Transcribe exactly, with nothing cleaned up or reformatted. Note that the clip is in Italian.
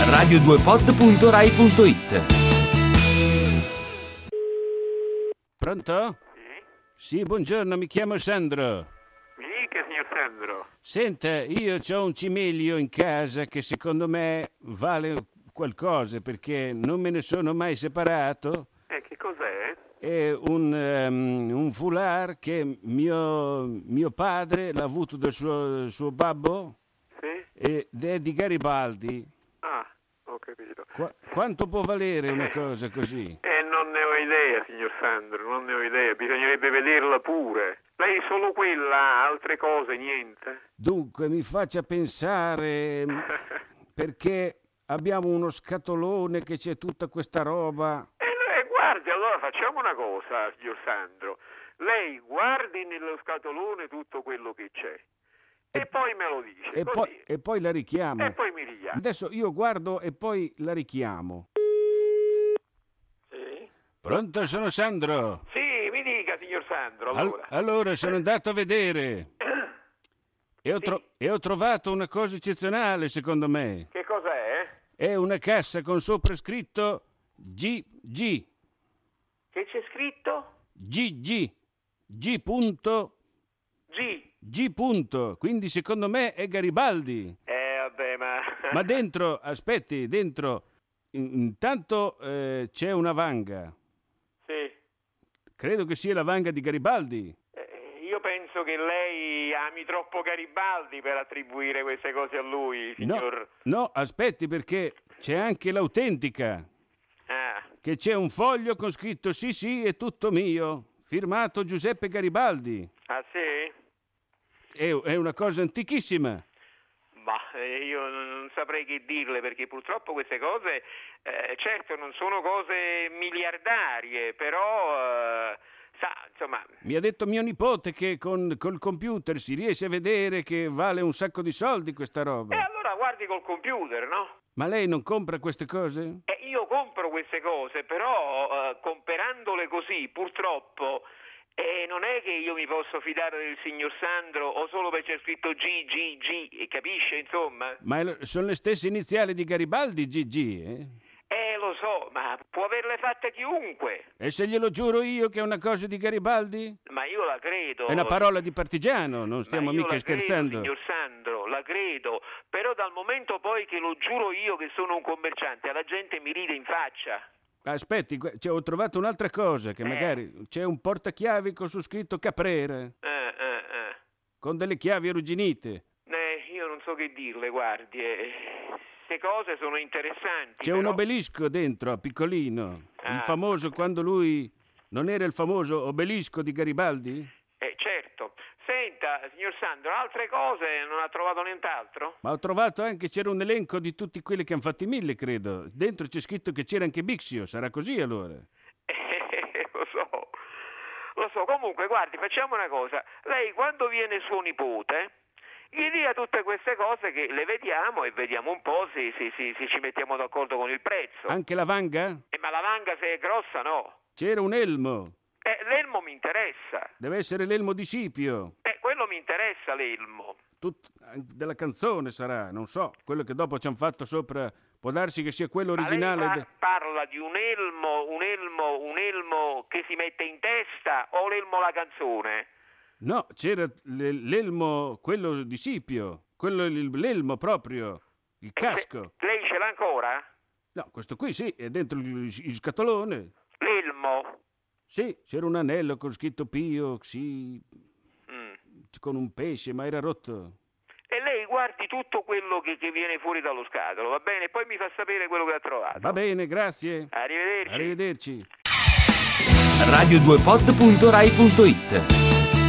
radio due pod punto rai punto it. Pronto? Sì? Sì, buongiorno, mi chiamo Sandro. Mi dica, signor Sandro. Senta, io ho un cimelio in casa che secondo me vale qualcosa perché non me ne sono mai separato. Eh, che cos'è? È un, um, un foulard che mio, mio padre l'ha avuto dal suo, suo babbo. Sì? Ed è di Garibaldi. Ah, ho capito. Qu- quanto può valere una cosa così? Eh, non ne ho idea, signor Sandro, non ne ho idea. Bisognerebbe vederla pure. Lei solo quella, altre cose, niente? Dunque, mi faccia pensare, perché abbiamo uno scatolone che c'è tutta questa roba. Eh, guardi, allora facciamo una cosa, signor Sandro. Lei guardi nello scatolone tutto quello che c'è. E poi me lo dice. E così. poi, e poi la richiamo. E poi mi richiama. Adesso io guardo e poi la richiamo. Sì? Pronto, sono Sandro. Sì, mi dica, signor Sandro, Al- allora. allora, sono andato a vedere e ho, tro- e ho trovato una cosa eccezionale, secondo me. Che cos'è? È una cassa con sopra scritto G G. Che c'è scritto? G G. G punto. G. G punto. Quindi secondo me è Garibaldi. Eh, vabbè, ma... Ma dentro, aspetti, dentro, in- intanto eh, c'è una vanga. Sì. Credo che sia la vanga di Garibaldi. Eh, io penso che lei ami troppo Garibaldi per attribuire queste cose a lui, No, signor... no, aspetti, perché c'è anche l'autentica, Ah, che c'è un foglio con scritto sì sì è tutto mio, firmato Giuseppe Garibaldi. ah sì? È, è una cosa antichissima. Ma eh, io non saprei che dirle, perché purtroppo queste cose, eh, certo, non sono cose miliardarie, però, eh, sa, insomma... Mi ha detto mio nipote che con col computer si riesce a vedere che vale un sacco di soldi questa E roba. allora guardi col computer, no? Ma lei non compra queste cose? Eh, io compro queste cose, però eh, comprandole così, purtroppo, eh, non è che io mi posso fidare del signor Sandro o solo perché c'è scritto G, G, G, capisce, insomma? Ma è- sono le stesse iniziali di Garibaldi, G G, eh? Eh, lo so, ma può averle fatte chiunque. E se glielo giuro io che è una cosa di Garibaldi? Ma io la credo. È una parola di partigiano, non stiamo Ma io mica la credo, scherzando. signor Sandro, la credo, però dal momento poi che lo giuro io che sono un commerciante, la gente mi ride in faccia. Aspetti, que- cioè, ho trovato un'altra cosa, che Eh. magari c'è un portachiavi con su scritto Caprera, Eh, eh, eh. con delle chiavi arrugginite. Eh, io non so che dirle, guardi, queste cose sono interessanti. C'è però... un obelisco dentro, piccolino, il Ah. famoso quando lui... Non era il famoso obelisco di Garibaldi? Eh, certo. Senta, signor Sandro, altre cose non ha trovato nient'altro? Ma ho trovato anche, c'era un elenco di tutti quelli che hanno fatto i mille, credo. Dentro c'è scritto che c'era anche Bixio, sarà così allora? Eh, lo so, lo so. Comunque, guardi, facciamo una cosa. Lei, quando viene suo nipote, gli dia tutte queste cose che le vediamo e vediamo un po' se, se- se- se ci mettiamo d'accordo con il prezzo. Anche la vanga? Eh, ma la vanga, se è grossa, no. C'era un elmo. Eh, l'elmo mi interessa. Deve essere l'elmo di Scipio. Eh, quello mi interessa, l'elmo. Tut- della canzone sarà, non so. Quello che dopo ci hanno fatto sopra, può darsi che sia quello Ma lei originale. pa- de- parla di un elmo, un elmo, un elmo che si mette in testa o l'elmo la canzone? No, c'era le- l'elmo, quello di Scipio. Quello, il- l'elmo proprio. Il casco. Eh, lei ce l'ha ancora? No, questo qui sì, è dentro il, il scatolone. L'elmo? Sì, c'era un anello con scritto Pio, sì, Mm. con un pesce, ma era rotto. E lei guardi tutto quello che, che viene fuori dallo scatolo, va bene? Poi mi fa sapere quello che ha trovato. Va bene, grazie. Arrivederci. Arrivederci. radio due pod punto rai punto it